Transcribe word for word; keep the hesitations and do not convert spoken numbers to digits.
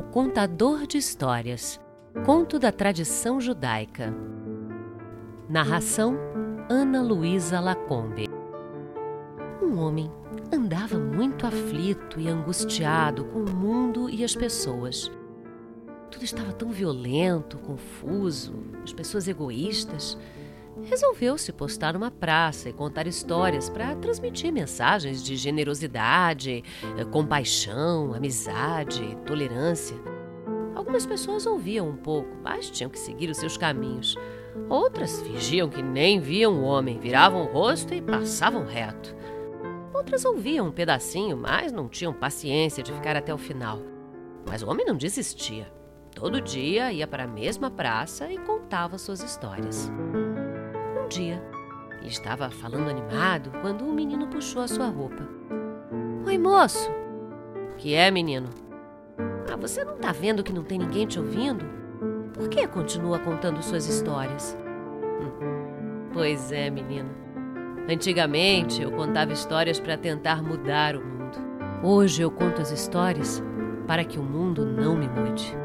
O Contador de Histórias, conto da tradição judaica. Narração: Ana Luísa Lacombe. Um homem andava muito aflito e angustiado com o mundo e as pessoas. Tudo estava tão violento, confuso, as pessoas egoístas. Resolveu-se postar numa praça e contar histórias para transmitir mensagens de generosidade, compaixão, amizade, tolerância. Algumas pessoas ouviam um pouco, mas tinham que seguir os seus caminhos. Outras fingiam que nem viam o homem, viravam o rosto e passavam reto. Outras ouviam um pedacinho, mas não tinham paciência de ficar até o final. Mas o homem não desistia. Todo dia ia para a mesma praça e contava suas histórias. Um dia, ele estava falando animado quando um menino puxou a sua roupa. "Oi, moço!" "O que é, menino?" "Ah, você não está vendo que não tem ninguém te ouvindo? Por que continua contando suas histórias?" Hum, "Pois é, menino. Antigamente eu contava histórias para tentar mudar o mundo. Hoje eu conto as histórias para que o mundo não me mude."